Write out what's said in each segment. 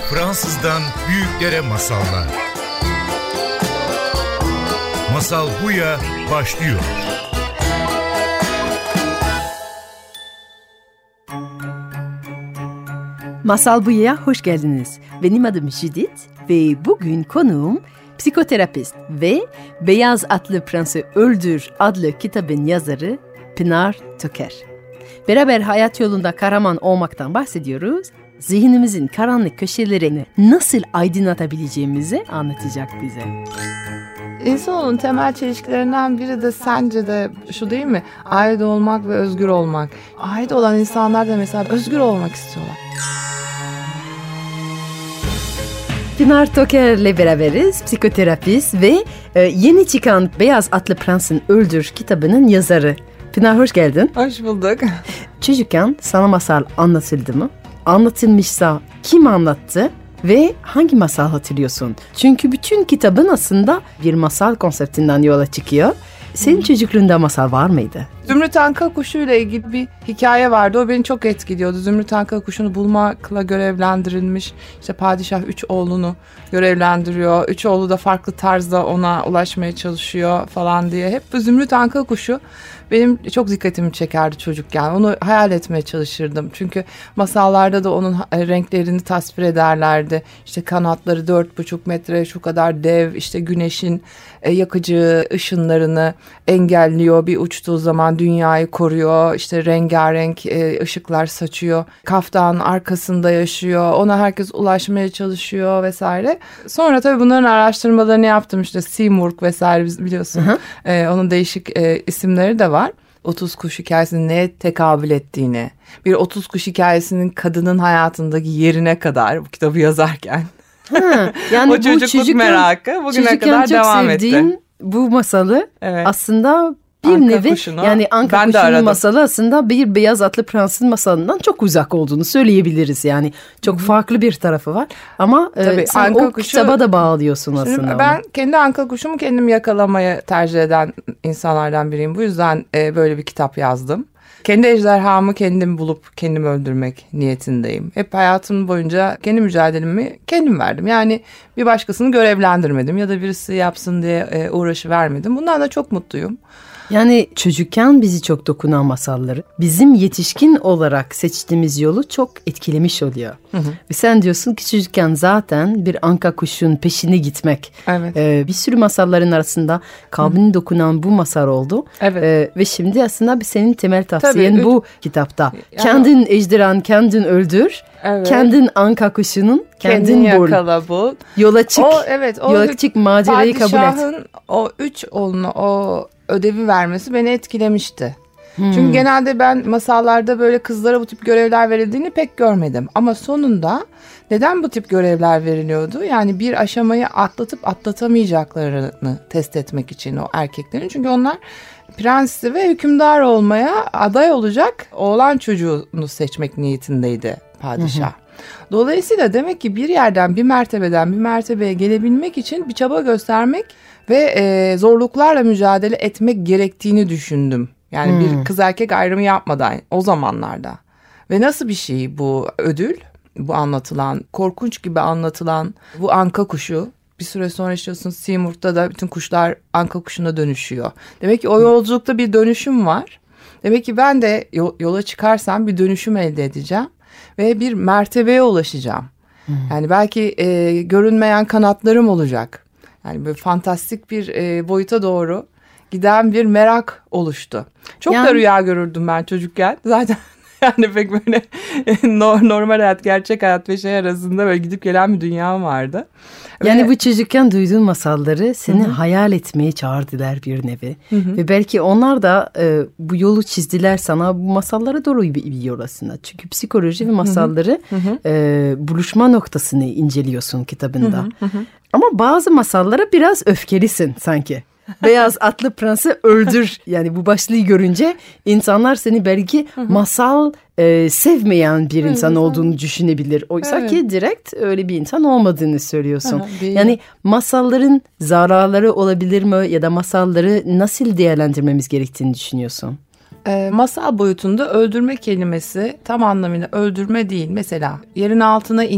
Fransızdan büyüklere masallar. Masal Buya başlıyor. Masal Buya'ya hoş geldiniz. Benim adım Judith ve bugün konuğum psikoterapist ve Beyaz Atlı Prensi Öldür adlı kitabın yazarı Pınar Töker. Beraber hayat yolunda kahraman olmaktan bahsediyoruz. Zihnimizin karanlık köşelerini nasıl aydınlatabileceğimizi anlatacak bize. İnsanoğlunun temel çelişkilerinden biri de sence de şu değil mi? Ait olmak ve özgür olmak. Ait olan insanlar da mesela özgür olmak istiyorlar. Pınar Töker'le beraberiz, psikoterapist ve yeni çıkan Beyaz Atlı Prensin Öldür kitabının yazarı. Pınar hoş geldin. Hoş bulduk. Çocukken sana masal anlatıldı mı? Anlatılmışsa kim anlattı ve hangi masal hatırlıyorsun? Çünkü bütün kitabın aslında bir masal konseptinden yola çıkıyor. Senin çocukluğunda masal var mıydı? Zümrüt Anka Kuşu ile ilgili bir hikaye vardı. O beni çok etkiliyordu. Zümrüt Anka Kuşu'nu bulmakla görevlendirilmiş. İşte padişah 3 oğlunu görevlendiriyor. 3 oğlu da farklı tarzda ona ulaşmaya çalışıyor falan diye. Hep bu Zümrüt Anka Kuşu benim çok dikkatimi çekerdi çocukken. Onu hayal etmeye çalışırdım. Çünkü masallarda da onun renklerini tasvir ederlerdi. İşte kanatları 4,5 metre, şu kadar dev, işte güneşin yakıcı ışınlarını engelliyor. Bir uçtuğu zaman dünyayı koruyor. İşte rengarenk ışıklar saçıyor. Kaftan arkasında yaşıyor. Ona herkes ulaşmaya çalışıyor vesaire. Sonra tabii bunların araştırmalarını yaptım. İşte Simurg vesaire biliyorsun. Onun değişik isimleri de var. 30 kuş hikayesinin neye tekabül ettiğini, bir 30 kuş hikayesinin kadının hayatındaki yerine kadar bu kitabı yazarken. Yani o çocukluk merakı bugüne kadar devam etti. Bu masalı aslında bir Anka nevi kuşunu, yani Anka Kuşu'nun masalı aslında bir Beyaz Atlı Prens'in masalından çok uzak olduğunu söyleyebiliriz. Yani çok farklı bir tarafı var ama sen Anka o kuşu, kitaba da bağlıyorsun aslında. Ben kendi Anka Kuşu'mu kendim yakalamayı tercih eden insanlardan biriyim. Bu yüzden böyle bir kitap yazdım. Kendi ejderhamı kendim bulup kendim öldürmek niyetindeyim. Hep hayatım boyunca kendi mücadelemi kendim verdim. Yani bir başkasını görevlendirmedim ya da birisi yapsın diye uğraşı vermedim. Bundan da çok mutluyum. Yani çocukken bizi çok dokunan masalları bizim yetişkin olarak seçtiğimiz yolu çok etkilemiş oluyor. Ve sen diyorsun ki çocukken zaten bir Anka Kuşu'nun peşine gitmek. Evet. Bir sürü masalların arasında kalbini dokunan bu masal oldu. Evet. Ve şimdi aslında senin temel tavsiyen bu kitapta. Yani, kendin ejderhan, kendin öldür. Evet. Kendin Anka Kuşu'nun kendin yakala bul. Yola çık. Yola çık, macerayı kabul et. Padişahın o 3 oğluna o ödevi vermesi beni etkilemişti. Çünkü genelde ben masallarda böyle kızlara bu tip görevler verildiğini pek görmedim. Ama sonunda neden bu tip görevler veriliyordu? Yani bir aşamayı atlatıp atlatamayacaklarını test etmek için o erkeklerin. Çünkü onlar prensi ve hükümdar olmaya aday olacak oğlan çocuğunu seçmek niyetindeydi padişah. Dolayısıyla demek ki bir yerden bir mertebeden bir mertebeye gelebilmek için bir çaba göstermek ve zorluklarla mücadele etmek gerektiğini düşündüm. Yani bir kız erkek ayrımı yapmadan o zamanlarda. Ve nasıl bir şey bu ödül? Bu anlatılan, korkunç gibi anlatılan bu Anka Kuşu. Bir süre sonra işte Simurg'da da bütün kuşlar Anka Kuşu'na dönüşüyor. Demek ki o yolculukta bir dönüşüm var. Demek ki ben de yola çıkarsam bir dönüşüm elde edeceğim. Ve bir mertebeye ulaşacağım. Yani belki görünmeyen kanatlarım olacak. Yani böyle fantastik bir boyuta doğru giden bir merak oluştu. Çok da rüya görürdüm ben çocukken. Zaten yani pek böyle normal hayat, gerçek hayat ve şey arasında böyle gidip gelen bir dünyam vardı. Yani bu çocukken duyduğun masalları seni hayal etmeye çağırdılar bir nevi. Ve belki onlar da bu yolu çizdiler sana, bu masallara doğru bir yol aslında. Çünkü psikoloji ve masalları buluşma noktasını inceliyorsun kitabında. Ama bazı masallara biraz öfkelisin sanki. Beyaz Atlı Prensi Öldür. Yani bu başlığı görünce insanlar seni belki masal sevmeyen bir insan olduğunu düşünebilir. Oysa ki direkt öyle bir insan olmadığını söylüyorsun. Yani masalların zararları olabilir mi ya da masalları nasıl değerlendirmemiz gerektiğini düşünüyorsun? Masal boyutunda öldürme kelimesi tam anlamıyla öldürme değil. Mesela yerin altına indi.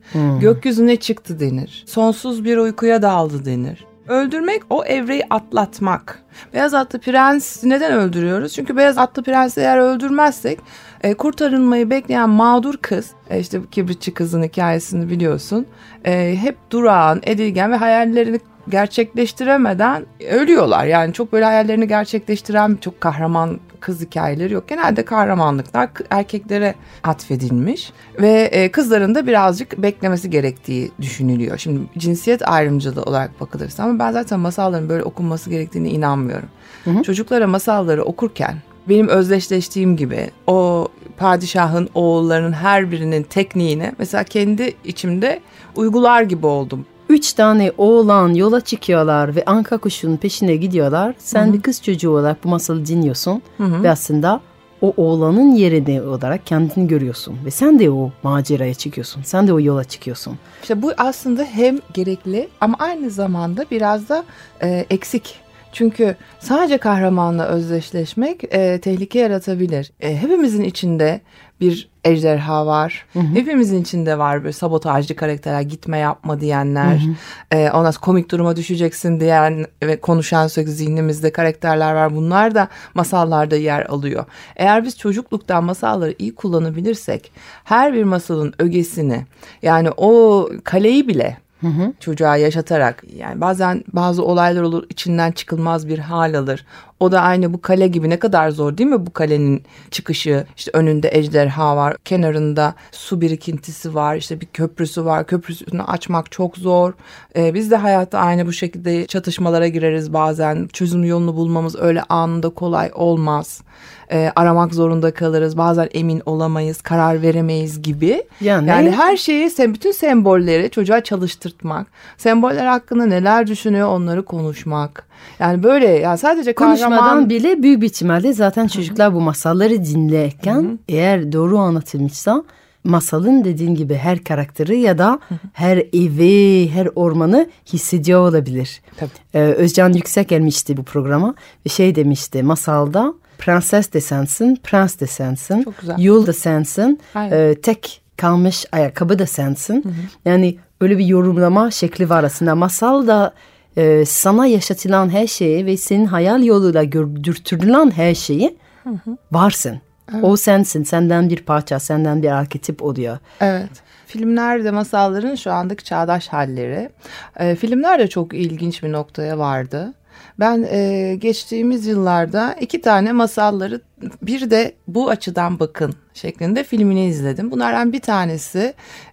Gökyüzüne çıktı denir. Sonsuz bir uykuya daldı denir. Öldürmek o evreyi atlatmak. Beyaz atlı prens neden öldürüyoruz? Çünkü beyaz atlı prensi eğer öldürmezsek kurtarılmayı bekleyen mağdur kız, işte kibritçi kızın hikayesini biliyorsun. Hep durağan, edilgen ve hayallerini gerçekleştiremeden ölüyorlar. Yani çok böyle hayallerini gerçekleştiren çok kahraman kız hikayeleri yok. Genelde kahramanlıklar erkeklere atfedilmiş ve kızların da birazcık beklemesi gerektiği düşünülüyor. Şimdi cinsiyet ayrımcılığı olarak bakılırsa ama ben zaten masalların böyle okunması gerektiğine inanmıyorum. Çocuklara masalları okurken benim özdeşleştiğim gibi o padişahın oğullarının her birinin tekniğini mesela kendi içimde uygular gibi oldum. 3 tane oğlan yola çıkıyorlar ve anka kuşunun peşine gidiyorlar. Sen bir kız çocuğu olarak bu masalı dinliyorsun ve aslında o oğlanın yerine olarak kendini görüyorsun. Ve sen de o maceraya çıkıyorsun. Sen de o yola çıkıyorsun. İşte bu aslında hem gerekli ama aynı zamanda biraz da eksik. Çünkü sadece kahramanla özdeşleşmek tehlike yaratabilir. Hepimizin içinde bir ejderha var. Hepimizin içinde var böyle sabotajcı karakterler, gitme yapma diyenler. Ondan sonra komik duruma düşeceksin diyen ve konuşan sürekli zihnimizde karakterler var. Bunlar da masallarda yer alıyor. Eğer biz çocukluktan masalları iyi kullanabilirsek her bir masalın ögesini yani o kaleyi bile çocuğa yaşatarak yani bazen bazı olaylar olur içinden çıkılmaz bir hal alır. O da aynı bu kale gibi ne kadar zor değil mi bu kalenin çıkışı işte önünde ejderha var kenarında su birikintisi var işte bir köprüsü var köprüsünü açmak çok zor. Biz de hayatta aynı bu şekilde çatışmalara gireriz bazen çözüm yolunu bulmamız öyle anında kolay olmaz. Aramak zorunda kalırız. Bazen emin olamayız, karar veremeyiz gibi. Yani her şeyi, bütün sembolleri çocuğa çalıştırtmak. Semboller hakkında neler düşünüyor onları konuşmak. Yani böyle yani sadece konuşmadan bile büyük bir ihtimalle zaten çocuklar bu masalları dinlerken eğer doğru anlatılmışsa masalın dediğin gibi her karakteri ya da her evi, her ormanı hissediyor olabilir. Özcan Yüksek gelmişti bu programa ve demişti masalda prenses de sensin, prens de sensin, yol da sensin, tek kalmış ayakkabı da sensin. Yani böyle bir yorumlama şekli var aslında. Masalda sana yaşatılan her şeyi ve senin hayal yoluyla gördürtülen her şeyi varsın. Evet. O sensin, senden bir parça, senden bir arketip oluyor. Evet. Filmlerde masalların şu andaki çağdaş halleri. Filmler de çok ilginç bir noktaya vardı. Ben geçtiğimiz yıllarda 2 tane masalları bir de bu açıdan bakın şeklinde filmini izledim. Bunlardan bir tanesi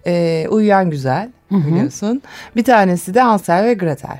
Uyuyan Güzel biliyorsun. Bir tanesi de Hansel ve Gretel.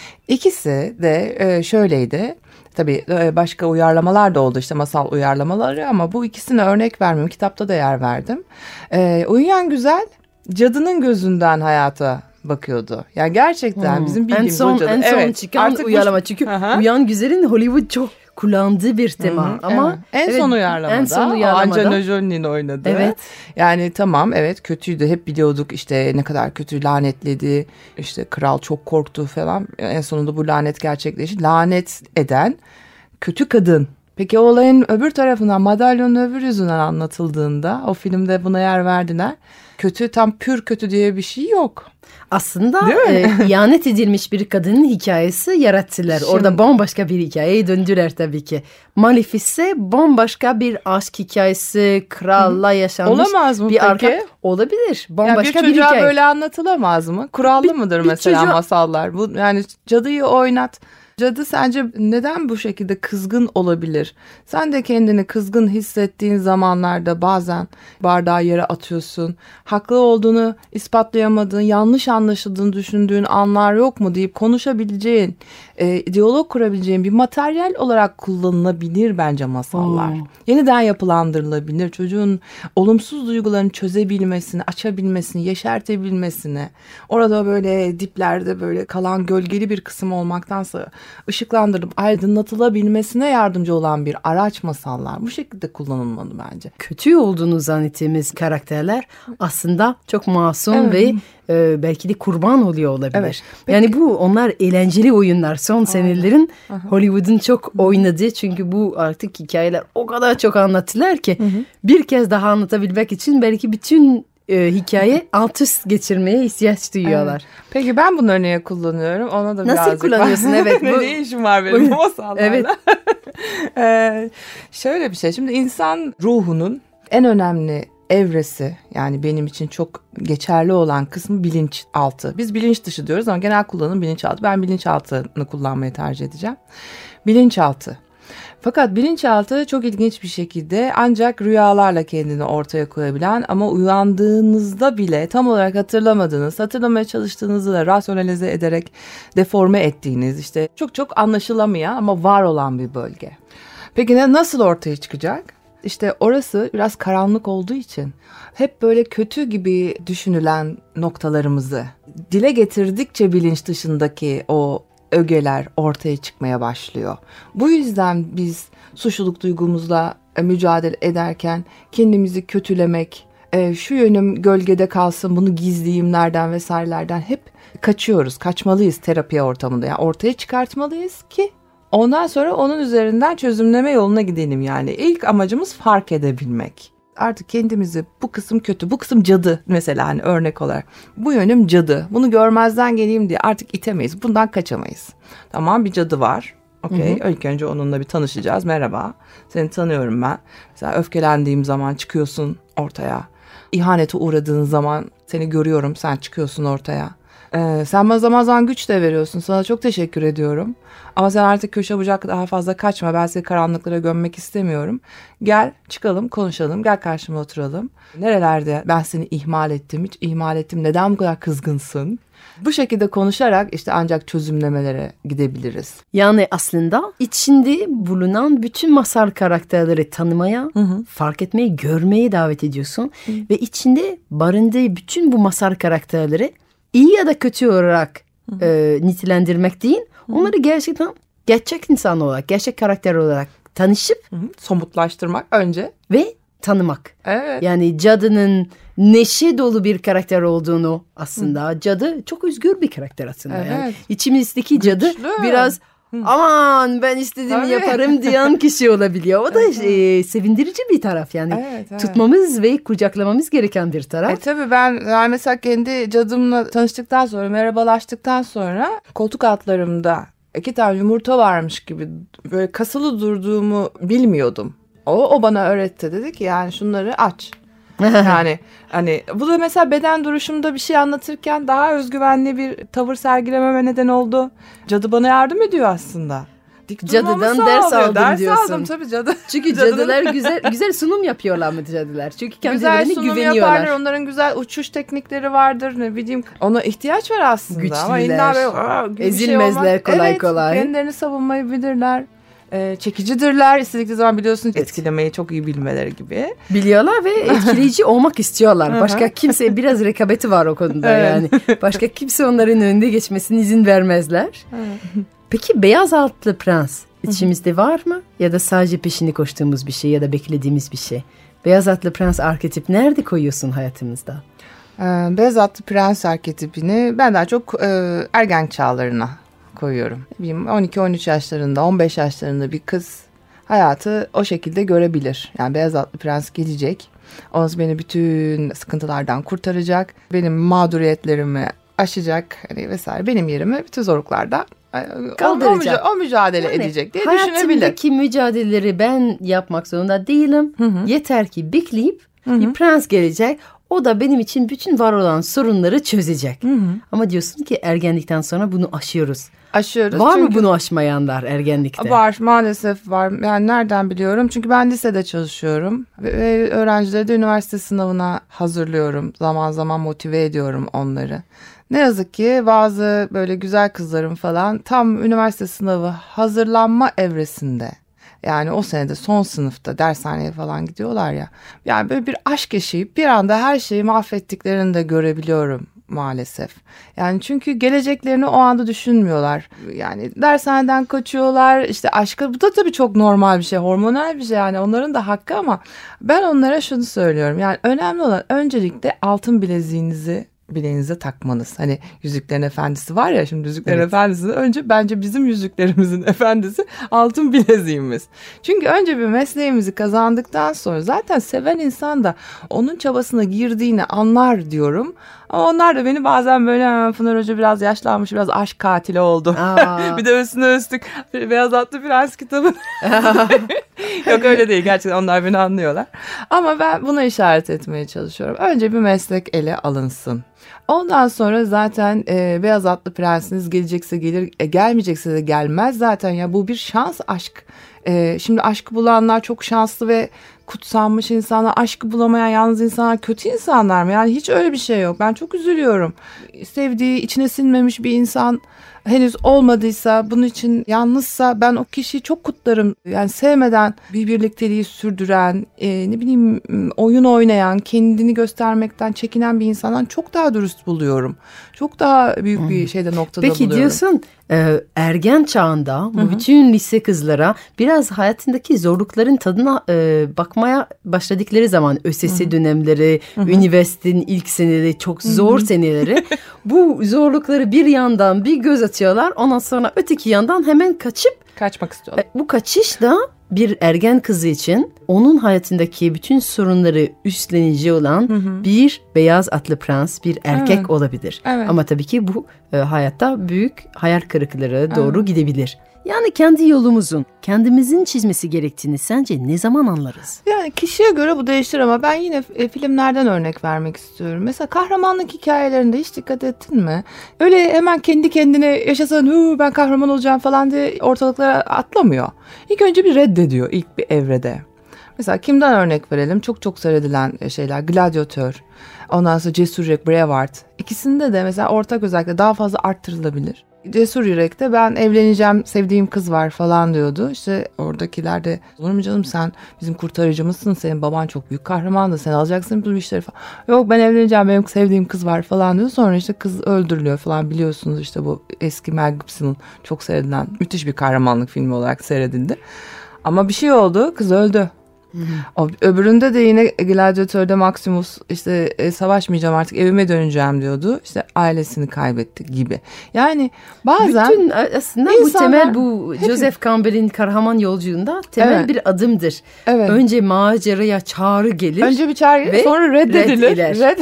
İkisi de şöyleydi. Tabii başka uyarlamalar da oldu işte masal uyarlamaları ama bu ikisine örnek vermiyorum. Kitapta da yer verdim. Uyuyan Güzel cadının gözünden hayata bakıyordu. Yani gerçekten bizim bildiğimiz o cadı. En son çıkan uyarlama çünkü Uyan Güzel'in Hollywood çok kullandığı bir tema ama en son uyarlamada Angelina Jolie'nin oynadığı. Evet. Yani tamam kötüydü. Hep biliyorduk işte ne kadar kötü lanetledi. İşte kral çok korktu falan. En sonunda bu lanet gerçekleşti. Lanet eden kötü kadın. Peki olayın öbür tarafından madalyonun öbür yüzünden anlatıldığında o filmde buna yer verdiler. Kötü tam pür kötü diye bir şey yok. Aslında ihanet edilmiş bir kadının hikayesi yarattılar. Orada bambaşka bir hikayeye döndüler tabii ki. Malefice bambaşka bir aşk hikayesi, kralla yaşanmış olamaz mı bir peki? Olabilir. Bambaşka bir hikaye. böyle anlatılamaz mı? Kurallı mıdır mesela masallar? Bu yani cadıyı oynat. Cadı sence neden bu şekilde kızgın olabilir? Sen de kendini kızgın hissettiğin zamanlarda bazen bardağı yere atıyorsun. Haklı olduğunu ispatlayamadığın, yanlış anlaşıldığını düşündüğün anlar yok mu deyip konuşabileceğin, diyalog kurabileceğin bir materyal olarak kullanılabilir bence masallar. Yeniden yapılandırılabilir. Çocuğun olumsuz duygularını çözebilmesini, açabilmesini, yeşertebilmesini. Orada böyle diplerde böyle kalan gölgeli bir kısım olmaktansa ışıklandırılıp aydınlatılabilmesine yardımcı olan bir araç masallar. Bu şekilde kullanılmalı bence. Kötü olduğunu zannettiğimiz karakterler aslında çok masum ve belki de kurban oluyor olabilir. Evet. Yani bu onlar eğlenceli oyunlar. Son senelerin Hollywood'un çok oynadığı çünkü bu artık hikayeler o kadar çok anlattılar ki bir kez daha anlatabilmek için belki bütün hikaye alt üst geçirmeye ihtiyaç duyuyorlar. Evet. Peki ben bunu örneğe kullanıyorum. Ona da nasıl kullanıyorsun? Evet. Ne işim var benim bu masallarla? Evet. Şöyle bir şey. Şimdi insan ruhunun en önemli evresi, yani benim için çok geçerli olan kısmı bilinçaltı. Biz bilinç dışı diyoruz ama genel kullanım bilinçaltı. Ben bilinçaltını kullanmayı tercih edeceğim. Bilinçaltı. Fakat bilinçaltı çok ilginç bir şekilde ancak rüyalarla kendini ortaya koyabilen ama uyandığınızda bile tam olarak hatırlamaya çalıştığınızı da rasyonalize ederek deforme ettiğiniz, işte çok anlaşılamayan ama var olan bir bölge. Peki nasıl ortaya çıkacak? İşte orası biraz karanlık olduğu için hep böyle kötü gibi düşünülen noktalarımızı dile getirdikçe bilinç dışındaki o ögeler ortaya çıkmaya başlıyor. Bu yüzden biz suçluluk duygumuzla mücadele ederken kendimizi kötülemek, şu yönüm gölgede kalsın, bunu gizleyeyimlerden vesairelerden hep kaçıyoruz. Kaçmalıyız terapi ortamında. Yani ortaya çıkartmalıyız ki ondan sonra onun üzerinden çözümleme yoluna gidelim yani. İlk amacımız fark edebilmek. Artık kendimizi bu kısım kötü, bu kısım cadı mesela, hani örnek olarak. Bu yönüm cadı, bunu görmezden geleyim diye artık itemeyiz, bundan kaçamayız. Tamam, bir cadı var. Okey, ilk önce onunla bir tanışacağız. Merhaba, seni tanıyorum ben. Mesela öfkelendiğim zaman çıkıyorsun ortaya. İhanete uğradığın zaman seni görüyorum, sen çıkıyorsun ortaya. Sen bana zaman zaman güç de veriyorsun. Sana çok teşekkür ediyorum. Ama sen artık köşe bucak daha fazla kaçma. Ben seni karanlıklara gömmek istemiyorum. Gel çıkalım, konuşalım. Gel karşıma oturalım. Nerelerde ben seni ihmal ettim? Hiç ihmal ettim. Neden bu kadar kızgınsın? Bu şekilde konuşarak işte ancak çözümlemelere gidebiliriz. Yani aslında içinde bulunan bütün masal karakterleri tanımaya, fark etmeye, görmeye davet ediyorsun. Ve içinde barındığı bütün bu masal karakterleri İyi ya da kötü olarak nitelendirmek değil, onları gerçekten gerçek insan olarak, gerçek karakter olarak tanışıp somutlaştırmak önce ve tanımak. Evet. Yani cadının neşe dolu bir karakter olduğunu aslında, cadı çok özgür bir karakter aslında. Evet. Yani içimizdeki cadı güçlü. biraz aman ben istediğimi yaparım diyen kişi olabiliyor. O da sevindirici bir taraf yani. Evet. Tutmamız ve kucaklamamız gereken bir taraf. Tabii ben mesela kendi cadımla tanıştıktan sonra, merhabalaştıktan sonra koltuk altlarımda 2 tane yumurta varmış gibi böyle kasılı durduğumu bilmiyordum. O bana öğretti, dedi ki yani şunları aç. Yani hani bu da mesela beden duruşumda bir şey anlatırken daha özgüvenli bir tavır sergilememe neden oldu. Cadı bana yardım ediyor aslında. Cadıdan ders aldım diyorsun. Aldım tabii cadı. Çünkü cadılar güzel sunum yapıyorlar mı cadılar? Çünkü kendilerine güzel sunum güveniyorlar. Yaparlar, onların güzel uçuş teknikleri vardır, ne bileyim. Ona ihtiyaç var aslında. Güçlüler, ama illa ezilmezler kolay kolay. Kendilerini savunmayı bilirler. Çekicidirler. İstedikleri zaman biliyorsun etkilemeyi çok iyi bilmeleri gibi. Biliyorlar ve etkileyici olmak istiyorlar. Başka kimseye biraz rekabeti var o konuda yani. Başka kimse onların önünde geçmesine izin vermezler. Peki beyaz atlı prens içimizde var mı? Ya da sadece peşini koştuğumuz bir şey ya da beklediğimiz bir şey? Beyaz atlı prens arketip nerede koyuyorsun hayatımızda? Beyaz atlı prens arketipini ben daha çok ergen çağlarına koyuyorum. 12-13 yaşlarında, 15 yaşlarında bir kız hayatı o şekilde görebilir. Yani beyaz atlı prens gelecek. O beni bütün sıkıntılardan kurtaracak. Benim mağduriyetlerimi aşacak hani vesaire. Benim yerime bütün zorluklarda kaldıracak. O mücadele yani, edecek diye düşünebilir. Hayatımdaki mücadeleleri ben yapmak zorunda değilim. Yeter ki bekleyip bir prens gelecek. O da benim için bütün var olan sorunları çözecek. Ama diyorsun ki ergenlikten sonra bunu aşıyoruz. Var mı bunu aşmayanlar ergenlikte? Var, maalesef var. Yani nereden biliyorum? Çünkü ben lisede çalışıyorum. Ve öğrencileri de üniversite sınavına hazırlıyorum. Zaman zaman motive ediyorum onları. Ne yazık ki bazı böyle güzel kızlarım falan tam üniversite sınavı hazırlanma evresinde. Yani o senede son sınıfta dershaneye falan gidiyorlar ya. Yani böyle bir aşk yaşayıp bir anda her şeyi mahvettiklerini de görebiliyorum maalesef. Yani çünkü geleceklerini o anda düşünmüyorlar. Yani dershaneden kaçıyorlar. İşte aşkı, bu da tabii çok normal bir şey. Hormonal bir şey yani, onların da hakkı ama ben onlara şunu söylüyorum. Yani önemli olan öncelikle altın bileziğinizi bileğinize takmanız. Hani Yüzüklerin Efendisi var ya, şimdi Yüzüklerin Efendisi'nin önce bence bizim yüzüklerimizin efendisi altın bileziğimiz. Çünkü önce bir mesleğimizi kazandıktan sonra zaten seven insan da onun çabasına girdiğini anlar diyorum. Ama onlar da beni bazen böyle Pınar Hoca biraz yaşlanmış, biraz aşk katili oldu. Bir de üstüne üstlük Beyaz Atlı Prens kitabı. Yok öyle değil, gerçekten onlar beni anlıyorlar. Ama ben buna işaret etmeye çalışıyorum. Önce bir meslek ele alınsın. Ondan sonra zaten Beyaz Atlı Prensiniz gelecekse gelir, gelmeyecekse de gelmez zaten. Ya bu bir şans aşk. Şimdi aşkı bulanlar çok şanslı ve kutsanmış insanlar, aşkı bulamayan yalnız insanlar kötü insanlar mı? Yani hiç öyle bir şey yok. Ben çok üzülüyorum. Sevdiği, içine sinmemiş bir insan henüz olmadıysa, bunun için yalnızsa ben o kişiyi çok kutlarım. Yani sevmeden bir birlikteliği sürdüren, ne bileyim oyun oynayan, kendini göstermekten çekinen bir insandan çok daha dürüst buluyorum. Çok daha büyük bir noktada Peki buluyorum. Diyorsun ergen çağında bu bütün lise kızlara biraz hayatındaki zorlukların tadına bakmaya başladıkları zaman ÖSS dönemleri, üniversitenin ilk seneleri, çok zor seneleri, bu zorlukları bir yandan bir göz atıyorlar, ondan sonra öteki yandan hemen Kaçmak istiyorlar. Bu kaçış da bir ergen kızı için onun hayatındaki bütün sorunları üstlenici olan bir beyaz atlı prens, bir erkek olabilir. Evet. Ama tabii ki bu hayatta büyük hayal kırıklığı doğru gidebilir. Yani kendi yolumuzun, kendimizin çizmesi gerektiğini sence ne zaman anlarız? Yani kişiye göre bu değişir ama ben yine filmlerden örnek vermek istiyorum. Mesela kahramanlık hikayelerinde hiç dikkat ettin mi? Öyle hemen kendi kendine yaşasan ben kahraman olacağım falan diye ortalıklara atlamıyor. İlk önce bir reddediyor ilk bir evrede. Mesela kimden örnek verelim? Çok seyredilen şeyler. Gladyatör, ondan sonra Cesur Yürek, Braveheart. İkisinde de mesela ortak özellikle daha fazla arttırılabilir. Cesur Yürek'te ben evleneceğim, sevdiğim kız var falan diyordu. İşte oradakiler de olur mu canım, sen bizim kurtarıcımızsın, senin baban çok büyük kahramandı, sen alacaksın bu işleri falan. Yok ben evleneceğim, benim sevdiğim kız var falan diyor. Sonra işte kız öldürülüyor falan, biliyorsunuz işte bu eski Mel Gibson'ın çok seyredilen müthiş bir kahramanlık filmi olarak seyredildi. Ama bir şey oldu, kız öldü. Öbüründe de yine Gladyatör'de Maximus işte savaşmayacağım artık, evime döneceğim diyordu. İşte ailesini kaybetti gibi. Yani bazen bütün aslında bu temel, bu Joseph Campbell'in kahraman yolculuğunda temel bir adımdır. Evet. Önce maceraya çağrı gelir. Önce bir çağrı, sonra reddedilir.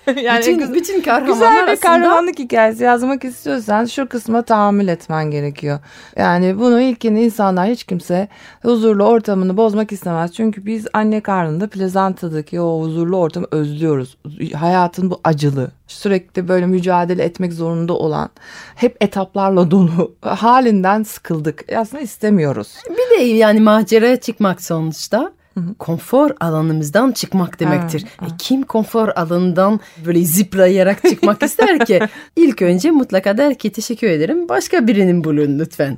Yani bütün kahramanlar güzel bir aslında kahramanlık hikayesi yazmak istiyorsan şu kısma tahammül etmen gerekiyor. Yani bunu ilkini insanlar, hiç kimse huzurlu ortamını bozmak istemez. Çünkü biz anne karnında plazantadaki o huzurlu ortamı özlüyoruz. Hayatın bu acılı, sürekli böyle mücadele etmek zorunda olan, hep etaplarla dolu halinden sıkıldık. Aslında istemiyoruz. Bir de yani maceraya çıkmak sonuçta konfor alanımızdan çıkmak demektir. Kim konfor alanından böyle zıplayarak çıkmak ister ki? İlk önce mutlaka der ki teşekkür ederim, başka birinin bulun lütfen.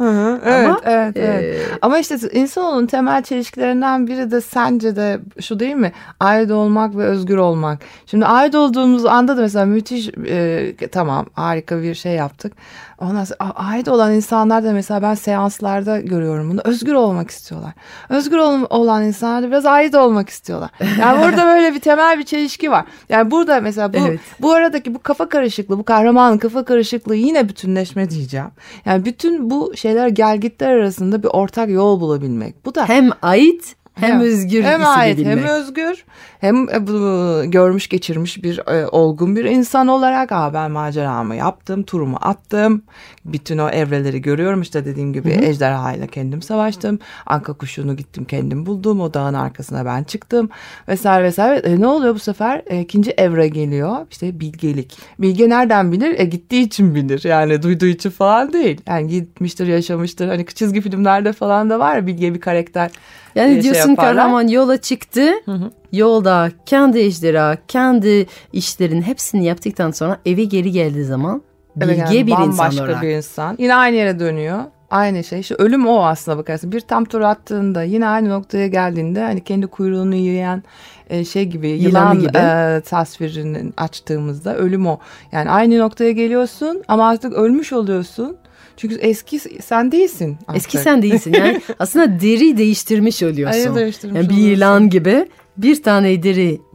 Evet. Ama işte insanoğlunun temel çelişkilerinden biri de sence de şu değil mi? Ait olmak ve özgür olmak. Şimdi ait olduğumuz anda da mesela müthiş tamam, harika bir şey yaptık. Ondan sonra ait olan insanlar da mesela ben seanslarda görüyorum bunu. Özgür olmak istiyorlar. Özgür olan insanlar da biraz ait olmak istiyorlar. Yani burada böyle bir temel bir çelişki var. Yani burada mesela bu aradaki bu kafa karışıklığı, bu kahramanın kafa karışıklığı yine bütünleşme diyeceğim. Yani bütün bu şeyler, gelgitler arasında bir ortak yol bulabilmek. Bu da hem ait hem özgür hem ait, hissedebilmek. hem özgür, hem görmüş geçirmiş bir olgun bir insan olarak ben maceramı yaptım, turumu attım. Bütün o evreleri görüyorum. İşte dediğim gibi ejderhayla kendim savaştım. Anka kuşunu gittim kendim buldum. O dağın arkasına ben çıktım. Vesaire vesaire. Ne oluyor bu sefer? İkinci evre geliyor. İşte bilgelik. Bilge nereden bilir? Gittiği için bilir. Yani duyduğu için falan değil. Yani gitmiştir, yaşamıştır. Hani çizgi filmlerde falan da var ya, bilge bir karakter. Yani diyorsun kahraman yola çıktı. Yolda kendi ejderha, kendi işlerin hepsini yaptıktan sonra eve geri geldiği zaman bilge bir insan olarak. Bambaşka bir insan. Yine aynı yere dönüyor. Aynı şey. İşte ölüm o aslına bakarsın. Bir tam tur attığında yine aynı noktaya geldiğinde hani kendi kuyruğunu yiyen şey gibi, yılan gibi tasvirini açtığımızda ölüm o. Yani aynı noktaya geliyorsun ama artık ölmüş oluyorsun. Çünkü eski sen değilsin artık. Eski sen değilsin. Yani aslında deri değiştirmiş oluyorsun. Değiştirmiş yani bir yılan gibi bir tane deri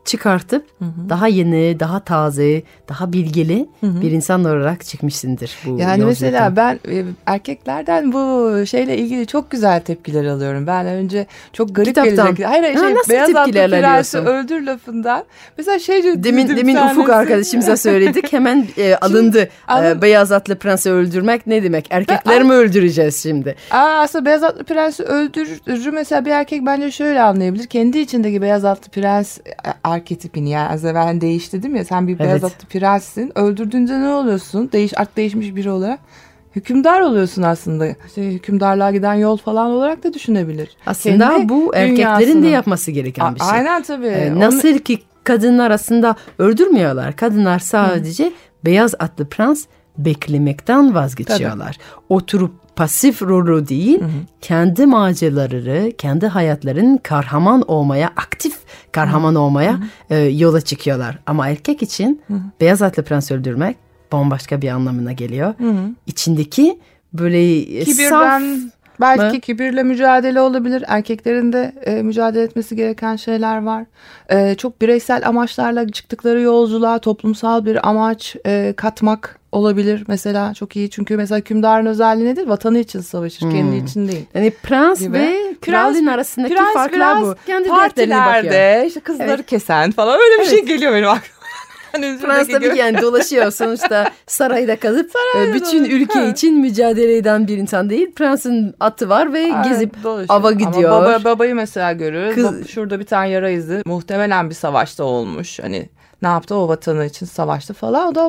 çıkartıp daha yeni, daha taze, daha bilgili bir insan olarak çıkmışsındır bu Yani yolculuktan. mesela ben erkeklerden bu şeyle ilgili çok güzel tepkiler alıyorum. Ben önce çok garip Kitaptan. gelecek. Hayır, Nasıl beyaz atlı tepkiler prensi alıyorsun? öldür lafından. Mesela şey Demin Ufuk arkadaşımıza söyledik. Hemen alındı. Beyaz atlı prensi öldürmek ne demek? Erkekler mi öldüreceğiz şimdi? Aslında beyaz atlı prensi öldürür. Mesela bir erkek bence şöyle anlayabilir. Kendi içindeki beyaz atlı prens arketipini, yani az evvel ben değiş dedim ya, sen bir beyaz atlı prenssin. Öldürdüğünde ne oluyorsun? Artık değişmiş biri olarak. Hükümdar oluyorsun aslında. Hükümdarlığa giden yol falan olarak da düşünebilir. Aslında Kendi bu erkeklerin de yapması gereken bir şey. Aynen tabii. Nasıl ki kadınlar aslında öldürmüyorlar. Kadınlar sadece beyaz atlı prens beklemekten vazgeçiyorlar. Tabii. Oturup pasif rolü değil, kendi maceraları, kendi hayatlarının kahraman olmaya, aktif kahraman olmaya yola çıkıyorlar. Ama erkek için beyaz atlı prens öldürmek bambaşka bir anlamına geliyor. İçindeki böyle kibirden, belki kibirle mücadele olabilir. Erkeklerin de mücadele etmesi gereken şeyler var. Çok bireysel amaçlarla çıktıkları yolculuğa toplumsal bir amaç katmak olabilir mesela, çok iyi. Çünkü mesela hükümdarın özelliği nedir? Vatanı için savaşır, kendi için değil. Yani prens gibi. Ve kralın arasındaki farklar bu. Kendi partilerde işte kızları kesen falan öyle bir şey geliyor benim aklıma. Prens tabii ki yani dolaşıyor sonuçta, sarayda kalıp bütün ülke için mücadele eden bir insan değil. Prensin atı var ve gezip ava gidiyor. Ama babayı mesela görüyoruz. Şurada bir tane yara izi. Muhtemelen bir savaşta olmuş. Hani ne yaptı? O vatanı için savaştı falan. O da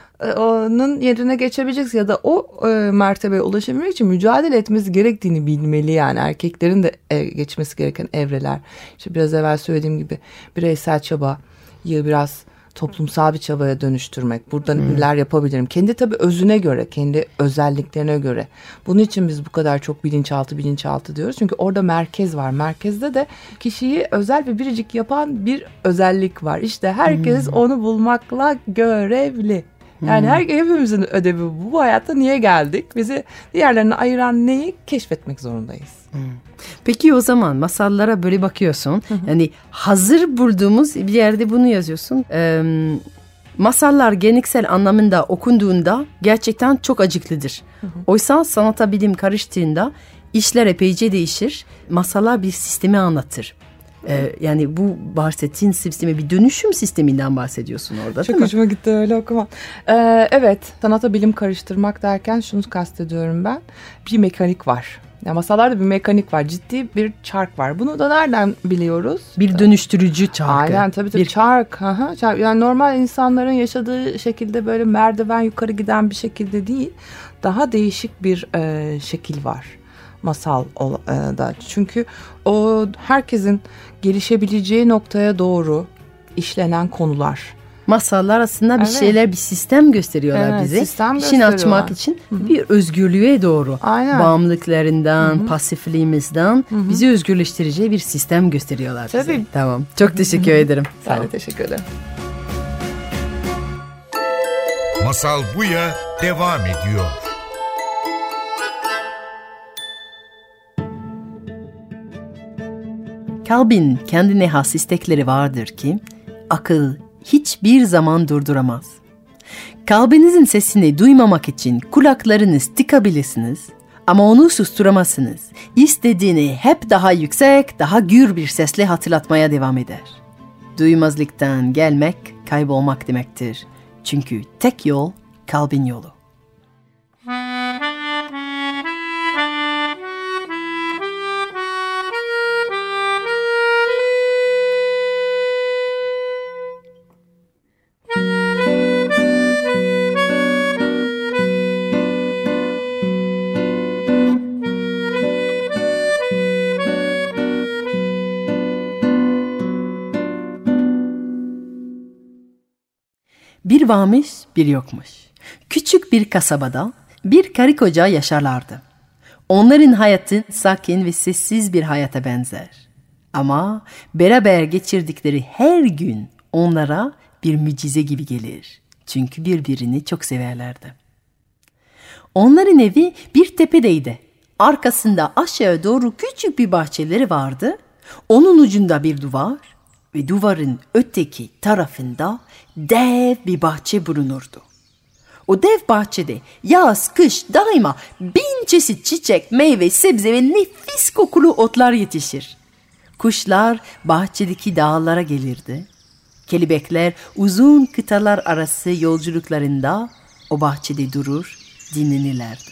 babanın yerine geçebilecek ya da o mertebeye ulaşabilmek için mücadele etmesi gerektiğini bilmeli yani. Erkeklerin de geçmesi gereken evreler. İşte biraz evvel söylediğim gibi bireysel çabayı biraz toplumsal bir çabaya dönüştürmek. Burada neler yapabilirim? Kendi tabii özüne göre, kendi özelliklerine göre. Bunun için biz bu kadar çok bilinçaltı diyoruz. Çünkü orada merkez var. Merkezde de kişiyi özel ve biricik yapan bir özellik var. İşte herkes onu bulmakla görevli. Yani hepimizin ödevi bu hayatta niye geldik? Bizi diğerlerine ayıran neyi keşfetmek zorundayız. Peki o zaman masallara böyle bakıyorsun. Yani hazır bulduğumuz bir yerde bunu yazıyorsun. Masallar geleneksel anlamında okunduğunda gerçekten çok acıklıdır. Oysa sanata bilim karıştığında işler epeyce değişir. Masallar bir sistemi anlatır. Yani bu bahsettiğin sistemi, bir dönüşüm sisteminden bahsediyorsun orada, çok hoşuma gitti öyle okumak. Evet, sanata bilim karıştırmak derken şunu kastediyorum ben. Bir mekanik var. Yani masallarda bir mekanik var. Ciddi bir çark var. Bunu da nereden biliyoruz? Bir dönüştürücü çarkı. Aynen tabii. Bir çark. Çark. Yani normal insanların yaşadığı şekilde böyle merdiven yukarı giden bir şekilde değil. Daha değişik bir şekil var masalda. Çünkü o herkesin gelişebileceği noktaya doğru işlenen konular. Masallar aslında bir şeyler, bir sistem gösteriyorlar bize. İşini açmak için bir özgürlüğe doğru. Aynen. Bağımlılıklarından, pasifliğimizden bizi özgürleştireceği bir sistem gösteriyorlar bize. Tabii. Tamam. Çok teşekkür ederim. Ben de teşekkür ederim. Masal Buya devam ediyor. Kalbin kendine has istekleri vardır ki akıl hiçbir zaman durduramaz. Kalbinizin sesini duymamak için kulaklarınız tıkabilirsiniz ama onu susturamazsınız. İstediğini hep daha yüksek, daha gür bir sesle hatırlatmaya devam eder. Duymazlıktan gelmek, kaybolmak demektir. Çünkü tek yol kalbin yolu. Bir varmış, bir yokmuş. Küçük bir kasabada bir karı koca yaşarlardı. Onların hayatı sakin ve sessiz bir hayata benzer. Ama beraber geçirdikleri her gün onlara bir mucize gibi gelir. Çünkü birbirini çok severlerdi. Onların evi bir tepedeydi. Arkasında aşağı doğru küçük bir bahçeleri vardı. Onun ucunda bir duvar, ve duvarın öteki tarafında dev bir bahçe bulunurdu. O dev bahçede yaz, kış daima 1000 çeşit çiçek, meyve, sebze ve nefis kokulu otlar yetişir. Kuşlar bahçedeki dağlara gelirdi. Kelebekler uzun kıtalar arası yolculuklarında o bahçede durur, dinlenirlerdi.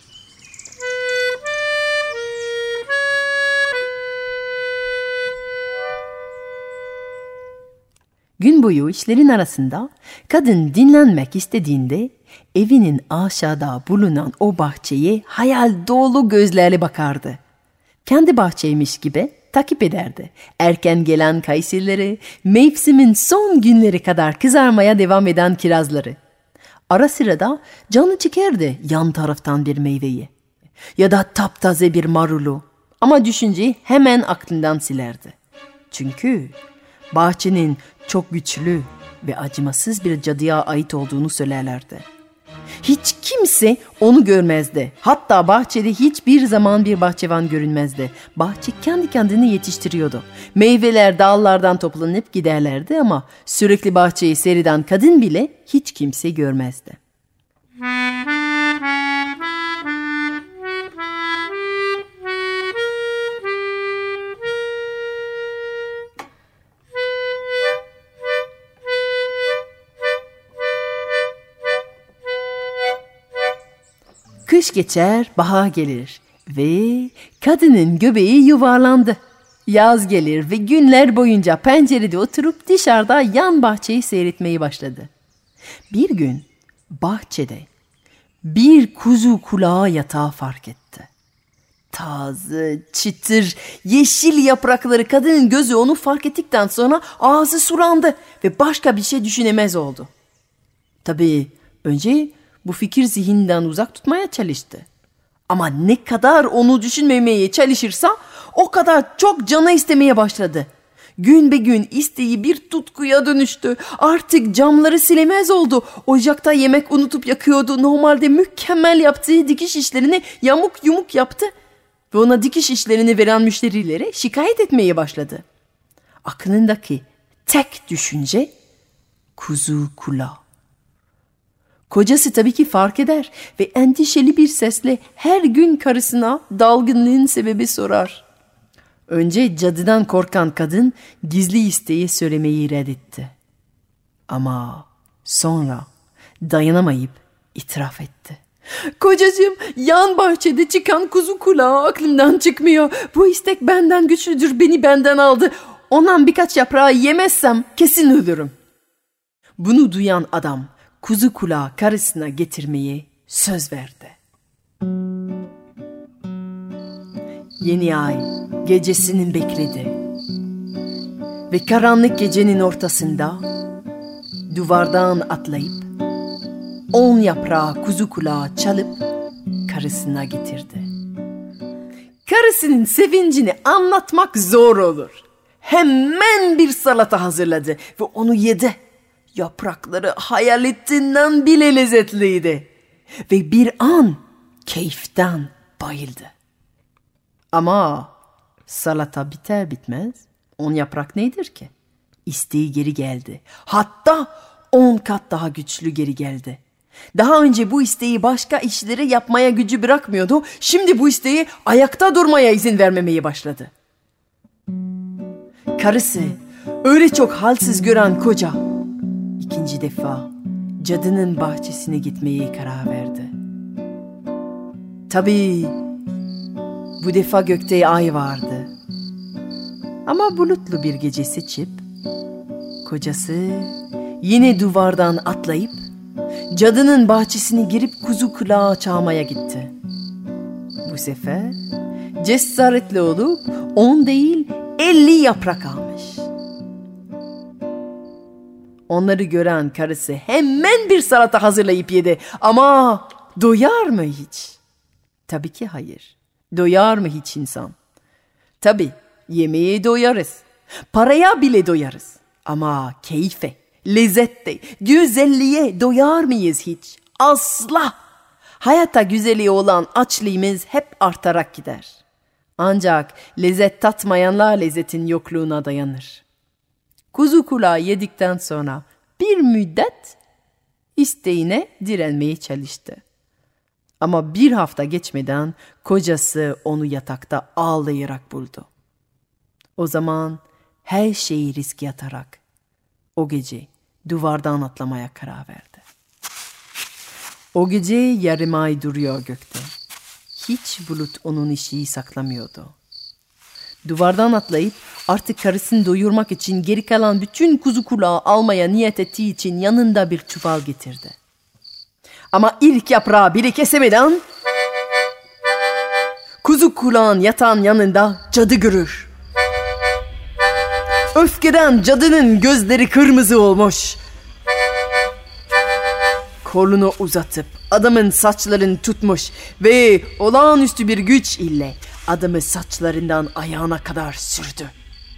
Gün boyu işlerin arasında kadın dinlenmek istediğinde evinin aşağıda bulunan o bahçeye hayal dolu gözlerle bakardı. Kendi bahçeymiş gibi takip ederdi. Erken gelen kayısıları, mevsimin son günleri kadar kızarmaya devam eden kirazları. Ara sıra da canı çekerdi yan taraftan bir meyveyi. Ya da taptaze bir marulu. Ama düşünceyi hemen aklından silerdi. Çünkü bahçenin çok güçlü ve acımasız bir cadıya ait olduğunu söylerlerdi. Hiç kimse onu görmezdi. Hatta bahçede hiçbir zaman bir bahçıvan görünmezdi. Bahçe kendi kendini yetiştiriyordu. Meyveler dallardan toplanıp giderlerdi ama sürekli bahçeyi seyreden kadın bile hiç kimse görmezdi. Kış geçer, bahar gelir ve kadının göbeği yuvarlandı. Yaz gelir ve günler boyunca pencerede oturup dışarıda yan bahçeyi seyretmeyi başladı. Bir gün bahçede bir kuzu kulağı yatağı fark etti. Taze, çıtır, yeşil yaprakları, kadının gözü onu fark ettikten sonra ağzı sulandı ve başka bir şey düşünemez oldu. Tabii önce bu fikir zihinden uzak tutmaya çalıştı. Ama ne kadar onu düşünmemeye çalışırsa o kadar çok canı istemeye başladı. Gün be gün isteği bir tutkuya dönüştü. Artık camları silemez oldu. Ocakta yemek unutup yakıyordu. Normalde mükemmel yaptığı dikiş işlerini yamuk yumuk yaptı. Ve ona dikiş işlerini veren müşterilere şikayet etmeye başladı. Aklındaki tek düşünce kuzu kulağı. Kocası tabii ki fark eder ve endişeli bir sesle her gün karısına dalgınlığın sebebi sorar. Önce cadıdan korkan kadın gizli isteği söylemeyi reddetti. Ama sonra dayanamayıp itiraf etti. Kocacığım, yan bahçede çıkan kuzu kulağı aklımdan çıkmıyor. Bu istek benden güçlüdür, beni benden aldı. Ondan birkaç yaprağı yemezsem kesin ölürüm. Bunu duyan adam kuzu kulağı karısına getirmeyi söz verdi. Yeni ay gecesini bekledi. Ve karanlık gecenin ortasında duvardan atlayıp 10 yaprağı kuzu kulağı çalıp karısına getirdi. Karısının sevincini anlatmak zor olur. Hemen bir salata hazırladı ve onu yedi. Yaprakları hayal ettiğinden bile lezzetliydi. Ve bir an keyiften bayıldı. Ama salata biter bitmez 10 yaprak nedir ki? İsteği geri geldi. Hatta 10 kat daha güçlü geri geldi. Daha önce bu isteği başka işleri yapmaya gücü bırakmıyordu. Şimdi bu isteği ayakta durmaya izin vermemeye başladı. Karısı öyle çok halsiz gören koca İkinci defa cadının bahçesine gitmeye karar verdi. Tabii bu defa gökte ay vardı. Ama bulutlu bir gece seçip kocası yine duvardan atlayıp cadının bahçesine girip kuzu kulağı çalmaya gitti. Bu sefer cesaretli olup 10 değil 50 yaprak almış. Onları gören karısı hemen bir salata hazırlayıp yedi. Ama doyar mı hiç? Tabii ki hayır. Doyar mı hiç insan? Tabii yemeğe doyarız. Paraya bile doyarız. Ama keyfe, lezzette, güzelliğe doyar mıyız hiç? Asla. Hayatta güzelliği olan açlığımız hep artarak gider. Ancak lezzet tatmayanlar lezzetin yokluğuna dayanır. Kuzu kulağı yedikten sonra bir müddet isteğine direnmeye çalıştı. Ama bir hafta geçmeden kocası onu yatakta ağlayarak buldu. O zaman her şeyi riske atarak o gece duvardan atlamaya karar verdi. O gece yarım ay duruyor gökte. Hiç bulut onun işi saklamıyordu. Duvardan atlayıp artık karısını doyurmak için geri kalan bütün kuzu kulağı almaya niyet ettiği için yanında bir çuval getirdi. Ama ilk yaprağı bile kesemeden kuzu kulağın yatağın yanında cadı görür. Öfkeden cadının gözleri kırmızı olmuş. Kolunu uzatıp adamın saçlarını tutmuş ve olağanüstü bir güç ile adamı saçlarından ayağına kadar sürdü.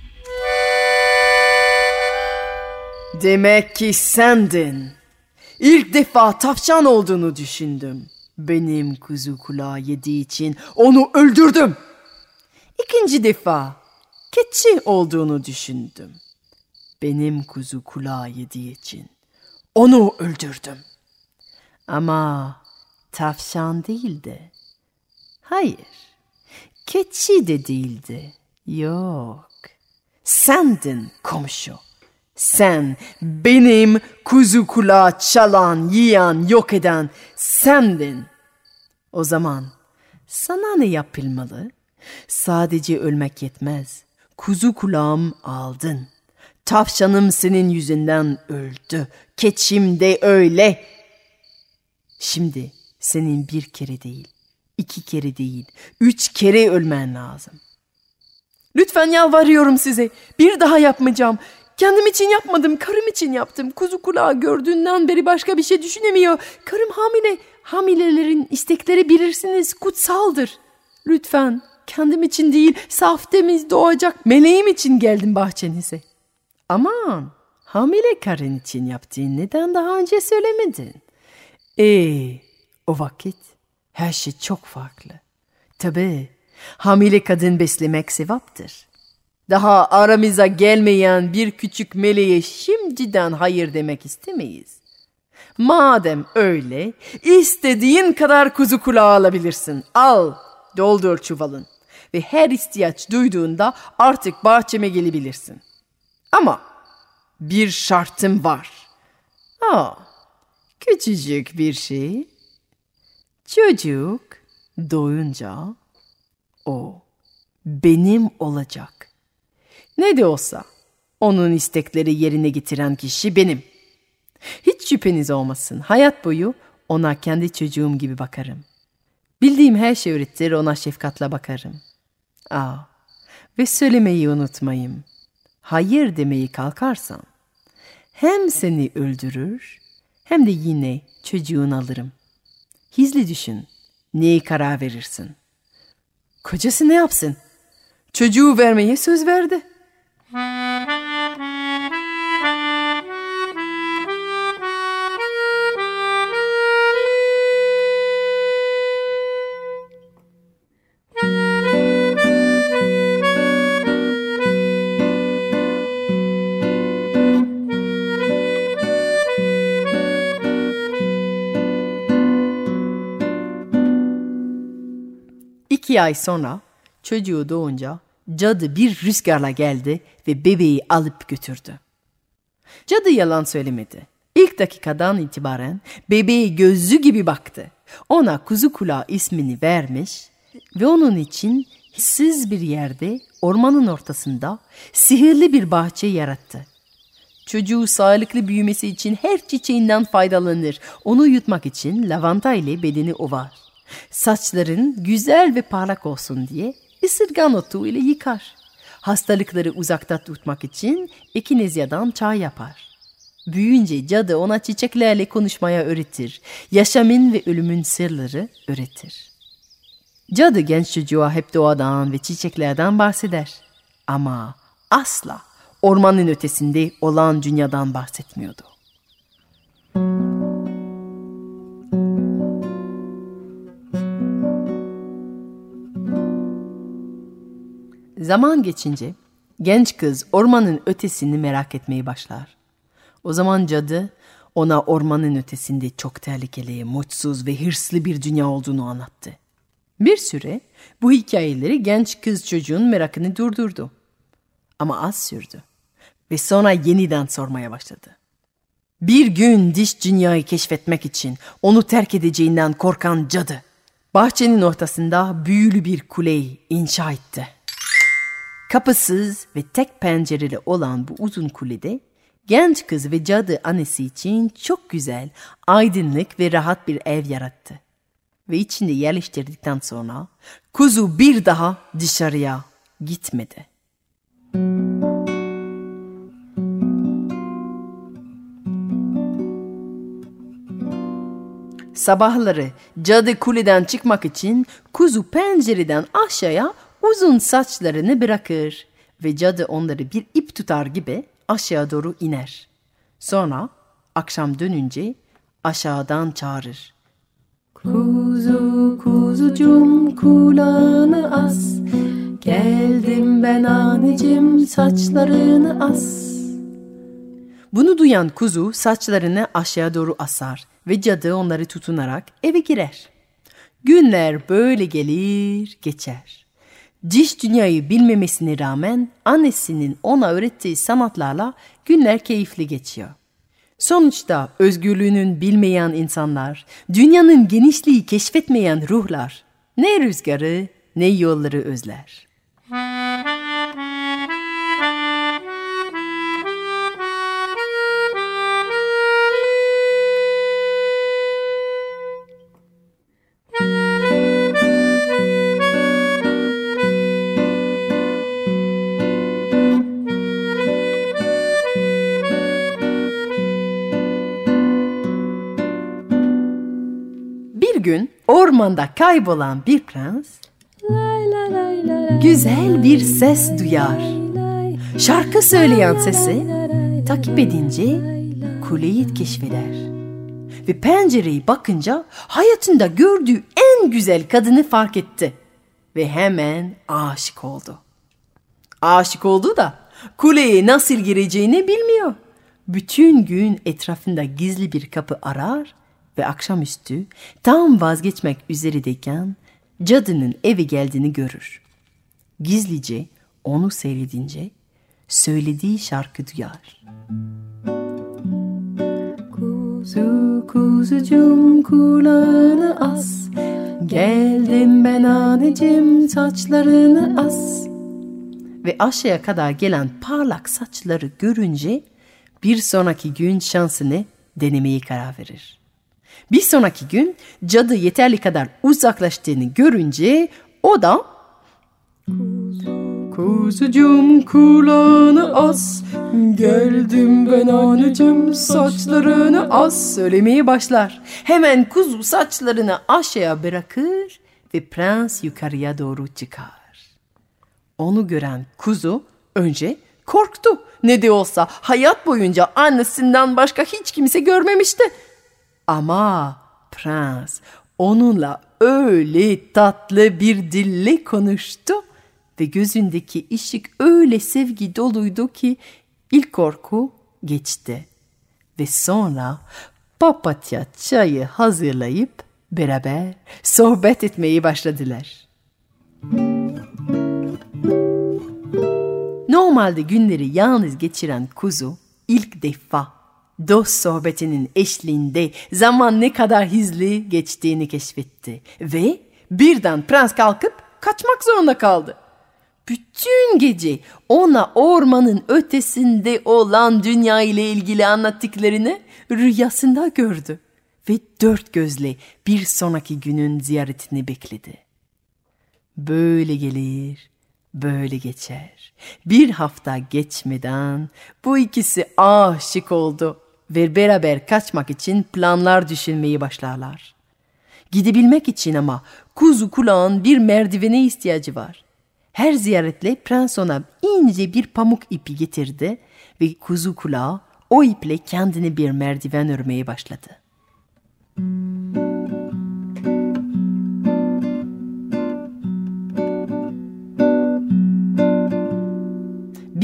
Demek ki sendin. İlk defa tavşan olduğunu düşündüm. Benim kuzu kulağı yediği için onu öldürdüm. İkinci defa keçi olduğunu düşündüm. Benim kuzu kulağı yediği için onu öldürdüm. Ama tavşan değildi. Hayır, keçi de değildi. Yok, sendin komşu. Sen benim kuzu kulağı çalan, yiyen, yok eden sendin. O zaman sana ne yapılmalı? Sadece ölmek yetmez. Kuzu kulağım aldın. Tavşanım senin yüzünden öldü. Keçim de öyle. Şimdi senin bir kere değil, 2 kere değil, 3 kere ölmen lazım. Lütfen yalvarıyorum size. Bir daha yapmayacağım. Kendim için yapmadım, karım için yaptım. Kuzu kulağı gördüğünden beri başka bir şey düşünemiyor. Karım hamile. Hamilelerin istekleri bilirsiniz kutsaldır. Lütfen kendim için değil, saf temiz doğacak meleğim için geldim bahçenize. Aman, hamile karın için yaptığın neden daha önce söylemedin? O vakit her şey çok farklı. Tabii, hamile kadın beslemek sevaptır. Daha aramıza gelmeyen bir küçük meleğe şimdiden hayır demek istemeyiz. Madem öyle, istediğin kadar kuzu kulağı alabilirsin. Al, doldur çuvalın ve her ihtiyaç duyduğunda artık bahçeme gelebilirsin. Ama bir şartım var. Küçücük bir şey. Çocuk doğunca o benim olacak. Ne de olsa onun istekleri yerine getiren kişi benim. Hiç şüpheniz olmasın. Hayat boyu ona kendi çocuğum gibi bakarım. Bildiğim her şey öğretir, ona şefkatle bakarım. Ve söylemeyi unutmayın. Hayır demeyi kalkarsan hem seni öldürür hem de yine çocuğunu alırım. Hızlı düşün. Neye karar verirsin? Kocası ne yapsın? Çocuğu vermeye söz verdi. İki ay sonra çocuğu doğunca cadı bir rüzgarla geldi ve bebeği alıp götürdü. Cadı yalan söylemedi. İlk dakikadan itibaren bebeğe gözü gibi baktı. Ona kuzu kulağı ismini vermiş ve onun için hissiz bir yerde ormanın ortasında sihirli bir bahçe yarattı. Çocuğu sağlıklı büyümesi için her çiçeğinden faydalanır. Onu yutmak için lavanta ile bedeni ovar. Saçların güzel ve parlak olsun diye ısırgan otu ile yıkar. Hastalıkları uzakta tutmak için ekinezyadan çay yapar. Büyüyünce cadı ona çiçeklerle konuşmaya öğretir. Yaşamın ve ölümün sırları öğretir. Cadı genç çocuğa hep doğadan ve çiçeklerden bahseder. Ama asla ormanın ötesinde olan dünyadan bahsetmiyordu. Zaman geçince genç kız ormanın ötesini merak etmeyi başlar. O zaman cadı ona ormanın ötesinde çok tehlikeli, mutsuz ve hırslı bir dünya olduğunu anlattı. Bir süre bu hikayeleri genç kız çocuğun merakını durdurdu. Ama az sürdü ve sonra yeniden sormaya başladı. Bir gün dış dünyayı keşfetmek için onu terk edeceğinden korkan cadı, bahçenin ortasında büyülü bir kuleyi inşa etti. Kapısız ve tek pencereli olan bu uzun kulede genç kız ve cadı annesi için çok güzel, aydınlık ve rahat bir ev yarattı. Ve içinde yerleştirdikten sonra kuzu bir daha dışarıya gitmedi. Sabahları cadı kuleden çıkmak için kuzu pencereden aşağıya uzun saçlarını bırakır ve cadı onları bir ip tutar gibi aşağı doğru iner. Sonra akşam dönünce aşağıdan çağırır. Kuzu kuzucum kulağını as, geldim ben anneciğim saçlarını as. Bunu duyan kuzu saçlarını aşağı doğru asar ve cadı onları tutunarak eve girer. Günler böyle gelir geçer. Dış dünyayı bilmemesine rağmen annesinin ona öğrettiği sanatlarla günler keyifli geçiyor. Sonuçta özgürlüğünün bilmeyen insanlar, dünyanın genişliği keşfetmeyen ruhlar, ne rüzgarı ne yolları özler. Bir gün ormanda kaybolan bir prens güzel bir ses duyar. Şarkı söyleyen sesi takip edince kuleyi keşfeder. Ve pencereye bakınca hayatında gördüğü en güzel kadını fark etti. Ve hemen aşık oldu. Aşık oldu da kuleye nasıl gireceğini bilmiyor. Bütün gün etrafında gizli bir kapı arar ve akşamüstü tam vazgeçmek üzeredeyken cadının eve geldiğini görür. Gizlice onu seyredince söylediği şarkı duyar. Kuzu kuzucum kulağını as, geldim ben anneciğim saçlarını as. Ve aşağıya kadar gelen parlak saçları görünce bir sonraki gün şansını denemeye karar verir. Bir sonraki gün cadı yeterli kadar uzaklaştığını görünce o da kuzucum kulağını as, geldim ben anneciğim saçlarını as söylemeye başlar. Hemen kuzu saçlarını aşağıya bırakır ve prens yukarıya doğru çıkar. Onu gören kuzu önce korktu. Ne de olsa hayat boyunca annesinden başka hiç kimse görmemişti. Ama prens onunla öyle tatlı bir dille konuştu ve gözündeki ışık öyle sevgi doluydu ki ilk korku geçti. Ve sonra papatya çayı hazırlayıp beraber sohbet etmeyi başladılar. Normalde günleri yalnız geçiren kuzu ilk defa dost sohbetinin eşliğinde zaman ne kadar hızlı geçtiğini keşfetti. Ve birden prens kalkıp kaçmak zorunda kaldı. Bütün gece ona ormanın ötesinde olan dünya ile ilgili anlattıklarını rüyasında gördü. Ve dört gözle bir sonraki günün ziyaretini bekledi. Böyle gelir, böyle geçer. Bir hafta geçmeden bu ikisi aşık oldu ve beraber kaçmak için planlar düşünmeyi başlarlar. Gidebilmek için ama kuzu kulağın bir merdivene ihtiyacı var. Her ziyaretle prens ona ince bir pamuk ipi getirdi ve kuzu kulağı o iple kendine bir merdiven örmeye başladı.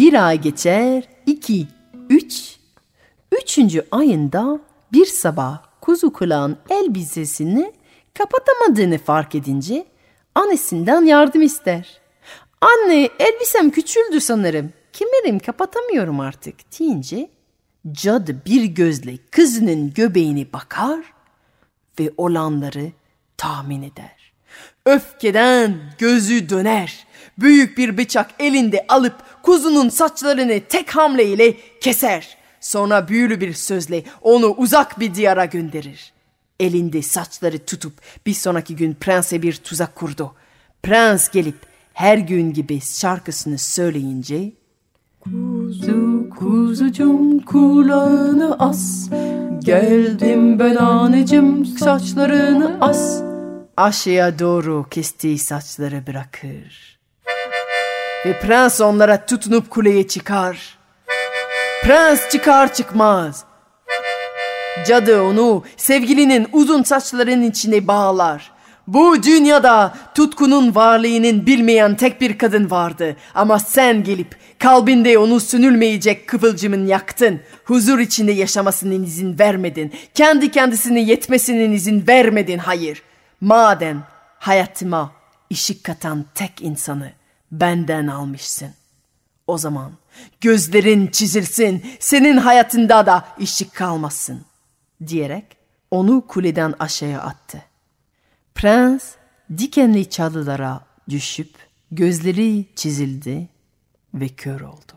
Bir ay geçer, 2, 3. 3. ayında bir sabah kuzu kulağın elbisesini kapatamadığını fark edince annesinden yardım ister. Anne, elbisem küçüldü sanırım. Kemerim kapatamıyorum artık deyince cadı bir gözle kızının göbeğine bakar ve olanları tahmin eder. Öfkeden gözü döner. Büyük bir bıçak elinde alıp kuzunun saçlarını tek hamleyle keser. Sonra büyülü bir sözle onu uzak bir diyara gönderir. Elinde saçları tutup bir sonraki gün prense bir tuzak kurdu. Prens gelip her gün gibi şarkısını söyleyince kuzu kuzucum kulağını as, geldim ben anneciğim saçlarını as. Aşağıya doğru kestiği saçları bırakır. Ve prens onlara tutunup kuleye çıkar. Prens çıkar çıkmaz cadı onu sevgilinin uzun saçlarının içine bağlar. Bu dünyada tutkunun varlığının bilmeyen tek bir kadın vardı. Ama sen gelip kalbinde onu sönülmeyecek kıvılcımın yaktın. Huzur içinde yaşamasının izin vermedin. Kendi kendisine yetmesinin izin vermedin. Hayır. Madem hayatıma ışık katan tek insanı benden almışsın, o zaman gözlerin çizilsin, senin hayatında da ışık kalmasın diyerek onu kuleden aşağıya attı. Prens dikenli çalılara düşüp gözleri çizildi ve kör oldu.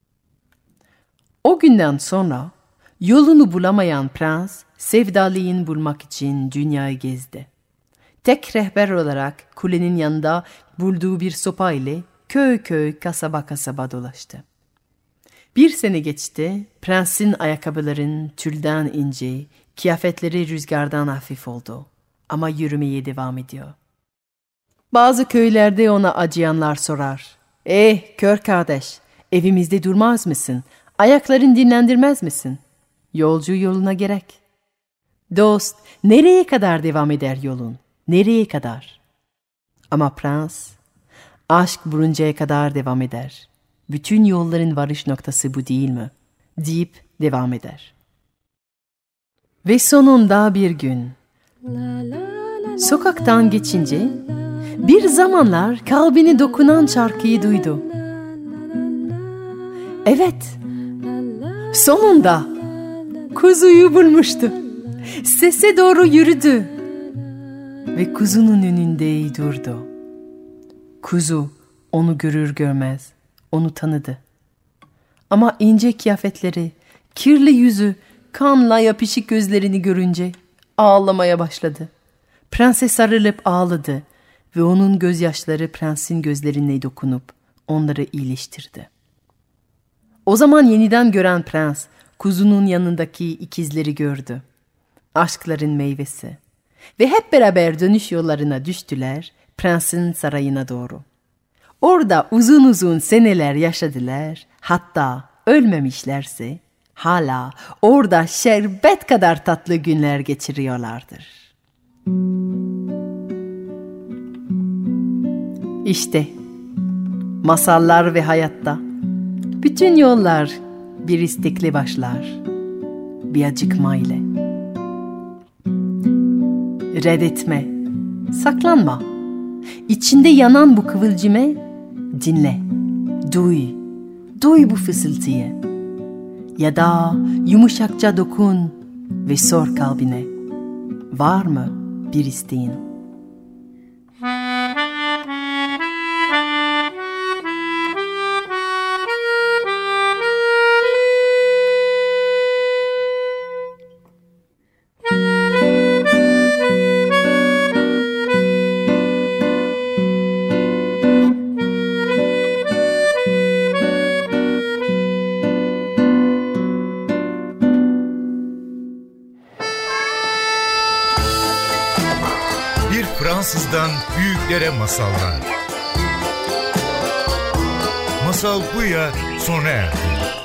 O günden sonra yolunu bulamayan prens sevdalıyını bulmak için dünyayı gezdi. Tek rehber olarak kulenin yanında bulduğu bir sopa ile köy köy kasaba kasaba dolaştı. Bir sene geçti, prensin ayakkabıların tülden ince, kıyafetleri rüzgardan hafif oldu. Ama yürümeye devam ediyor. Bazı köylerde ona acıyanlar sorar. Kör kardeş, evimizde durmaz mısın? Ayaklarını dinlendirmez misin? Yolcu yoluna gerek. Dost, nereye kadar devam eder yolun? Nereye kadar? Ama prens, aşk buluncaya kadar devam eder. Bütün yolların varış noktası bu değil mi? Deyip devam eder. Ve sonunda bir gün sokaktan geçince bir zamanlar kalbine dokunan şarkıyı duydu. Evet, sonunda kuzuyu bulmuştu. Sese doğru yürüdü ve kuzunun önünde durdu. Kuzu onu görür görmez onu tanıdı. Ama ince kıyafetleri, kirli yüzü, kanla yapışık gözlerini görünce ağlamaya başladı. Prense sarılıp ağladı ve onun gözyaşları prensin gözlerine dokunup onları iyileştirdi. O zaman yeniden gören prens kuzunun yanındaki ikizleri gördü. Aşkların meyvesi. Ve hep beraber dönüş yollarına düştüler prensin sarayına doğru. Orada uzun uzun seneler yaşadılar. Hatta ölmemişlerse hala orada şerbet kadar tatlı günler geçiriyorlardır. İşte masallar ve hayatta bütün yollar bir istekle başlar, bir acıkmayla. Reddetme, saklanma. İçinde yanan bu kıvılcımı dinle, duy bu fısıltıyı. Ya da yumuşakça dokun ve sor kalbine, var mı bir isteğin? Fransızdan büyüklere masallar. Masal Buya sona erdi.